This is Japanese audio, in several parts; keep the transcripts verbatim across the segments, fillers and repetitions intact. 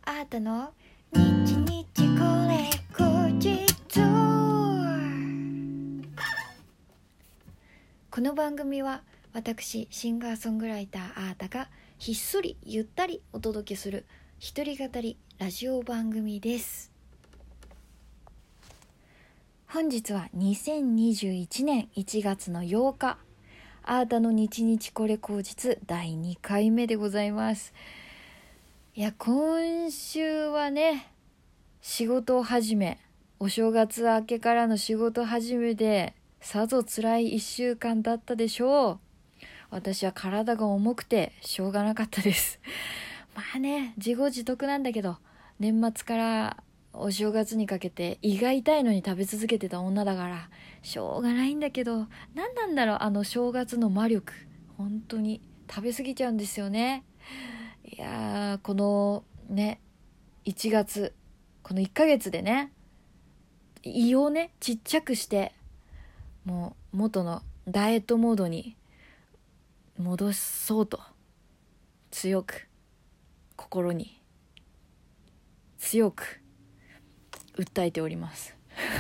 あーたの日日これ後日。この番組は私シンガーソングライターあーたがひっそりゆったりお届けする一人語りラジオ番組です。本日はにせんにじゅういちねんいちがつのようか、あーたの日日これ後日だいにかいめでございます。いや、今週はね、仕事始め、お正月明けからの仕事始めでさぞ辛いいっしゅうかんだったでしょう。私は体が重くてしょうがなかったです。まあね、自業自得なんだけど、年末からお正月にかけて胃が痛いのに食べ続けてた女だからしょうがないんだけど、何なんだろう、あの正月の魔力、本当に食べ過ぎちゃうんですよね。いやー、このねいちがつ、このいっかげつでね、胃をねちっちゃくして、もう元のダイエットモードに戻そうと強く心に強く訴えております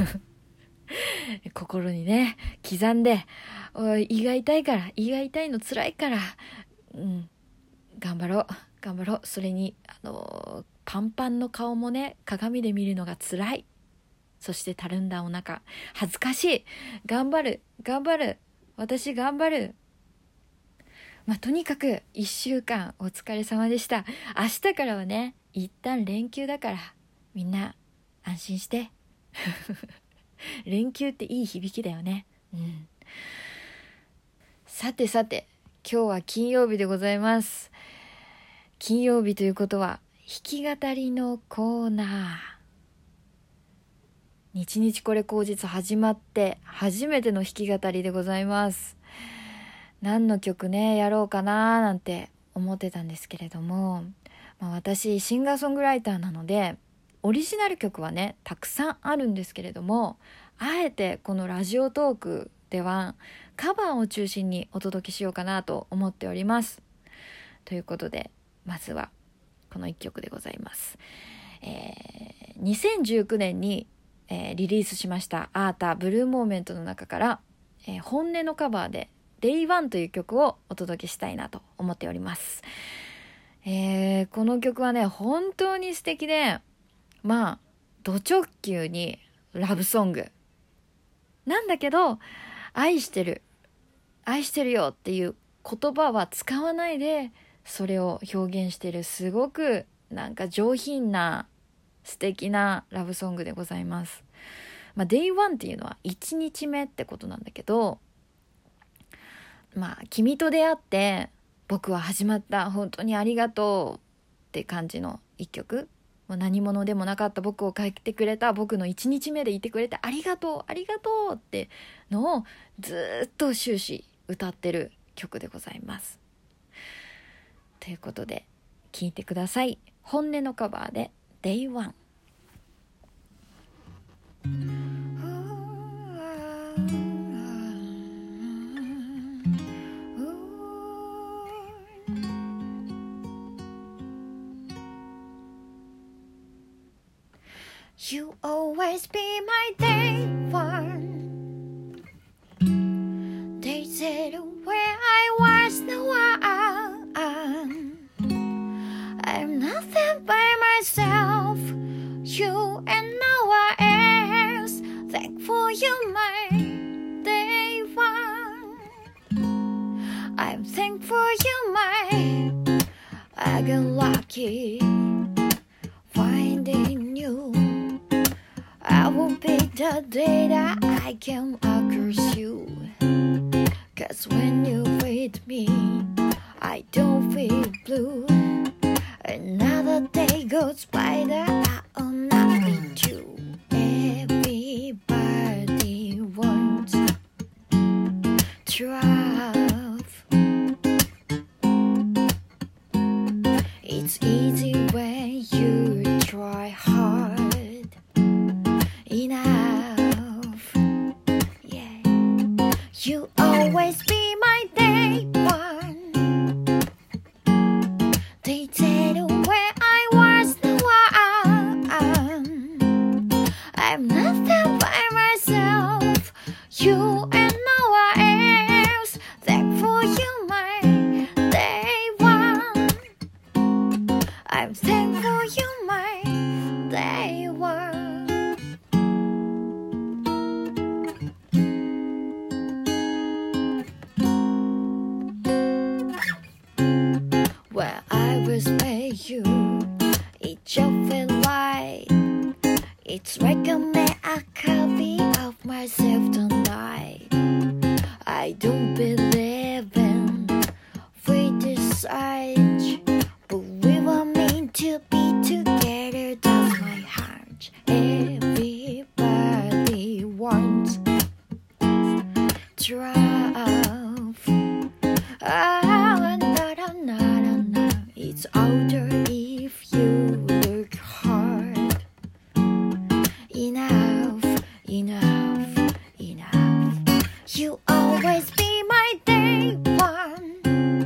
心にね刻んで、おい、胃が痛いから胃が痛いの辛いから、うん頑張ろう頑張ろう。それにあのー、パンパンの顔もね鏡で見るのが辛い。そしてたるんだお腹恥ずかしい。頑張る頑張る私頑張る。まあ、とにかくいっしゅうかんお疲れ様でした。明日からはね一旦連休だからみんな安心して連休っていい響きだよね。うん。さてさて、今日は金曜日でございます。金曜日ということは弾き語りのコーナー。日日これ後日始まって初めての弾き語りでございます。何の曲ねやろうかななんて思ってたんですけれども、まあ、私シンガーソングライターなのでオリジナル曲はねたくさんあるんですけれども、あえてこのラジオトークではカバーを中心にお届けしようかなと思っております。ということでまずはこのいっきょくでございます。えー、にせんじゅうきゅうねんに、えー、リリースしましたアータブルーモーメントの中から、えー、本音のカバーで デイワン という曲をお届けしたいなと思っております。えー、この曲はね本当に素敵で、まあド直球にラブソングなんだけど、愛してる愛してるよっていう言葉は使わないでそれを表現してる、すごくなんか上品な素敵なラブソングでございます。まあ、デイワンっていうのはいちにちめってことなんだけど、まあ君と出会って僕は始まった、本当にありがとうって感じの一曲。もう何者でもなかった僕を変えてくれた、僕のいちにちめでいてくれてありがとうありがとうってのをずっと終始歌ってる曲でございます。ということで聴いてください。本音のカバーで デイワン。You always be my day one. They said where I was no one. I'm nothing by myself. You and no one else. Thankful you my day one. I'm thankful you my. I got lucky finding you.I will be the day that I came across you. Cause when you're with me, I don't feel blue. Another day goes by that I'm not with you. Everybody wants truth. It's easy when you try hard.Enough, yeah. You always be my day one. They said where I was the one. I'm thankful you're my day one. Where I will pay you, it just feel right. It's recommend a copy of myself tonight. I don't believe in free desire, but we were meant to be together. That's my heart. Everybody wants triumph. Ah, na, na, na, na, na. It's older if you look hard. Enough, enough, enough. You always be my day one.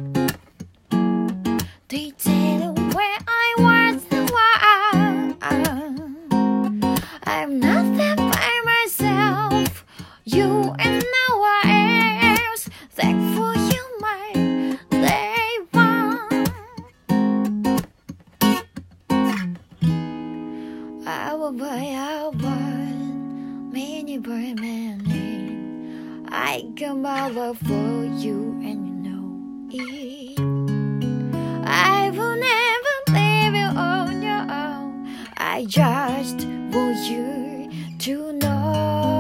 They tell where I was the one. I'm nothing by myself. You and no one else. Thankful you my day one. Hour by hour, minute by minute, I come over for you and you know it. I will never leave you on your own. I just want you to know.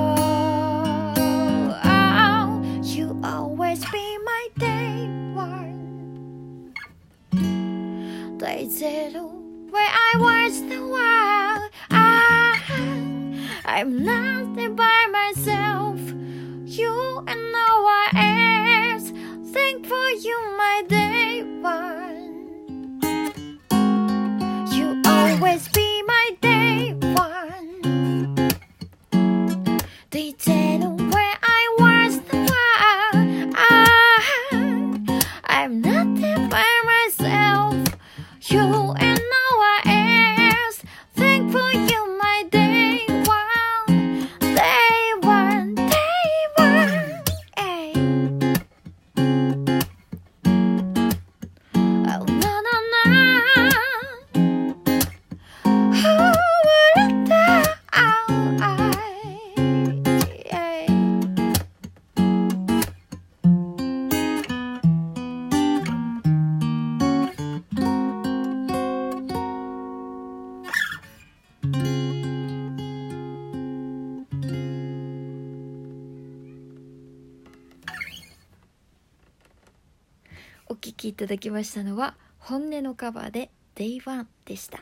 Oh, you always be my day one. They said where I was the one. I'm nothing by myself. You and no one else. Thankful you my day one. You always be my day one. They tell where I was the one. I'm nothing by myself. You and no one else. Thankful you my day one. Day one, day one. Ay. Oh, na na na. Oh, what a day. Oh, I. Ay.お聴きいただきましたのは本音のカバーで デイワン でした。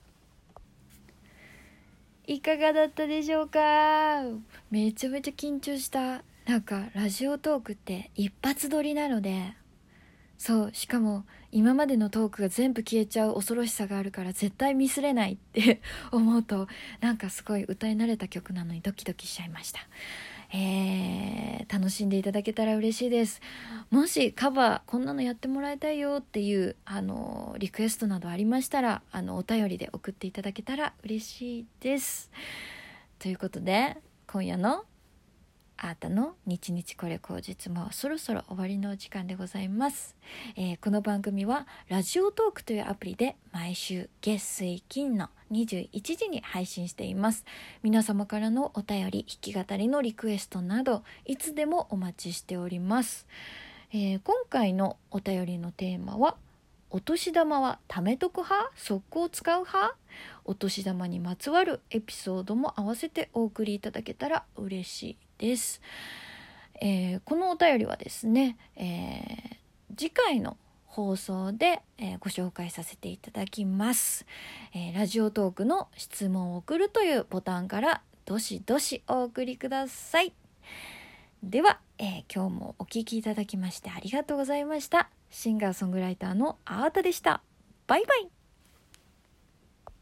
いかがだったでしょうか。めちゃめちゃ緊張した。なんかラジオトークって一発撮りなので、そう、しかも今までのトークが全部消えちゃう恐ろしさがあるから絶対ミスれないって思うと、なんかすごい歌い慣れた曲なのにドキドキしちゃいました。えー、楽しんでいただけたら嬉しいです。もしカバーこんなのやってもらいたいよっていうあのリクエストなどありましたら、あのお便りで送っていただけたら嬉しいです。ということで今夜のあーたの日々これ口実もそろそろ終わりのお時間でございます。えー、この番組はラジオトークというアプリで毎週月水金のにじゅういちじに配信しています。皆様からのお便り、弾き語りのリクエストなどいつでもお待ちしております。えー、今回のお便りのテーマは、お年玉は貯めとく派？速攻使う派？お年玉にまつわるエピソードも合わせてお送りいただけたら嬉しいです。えー、このお便りはですね、えー、次回の放送で、えー、ご紹介させていただきます。えー、ラジオトークの質問を送るというボタンからどしどしお送りください。では、えー、今日もお聞きいただきましてありがとうございました。シンガーソングライターのあーたでした。バイバイ。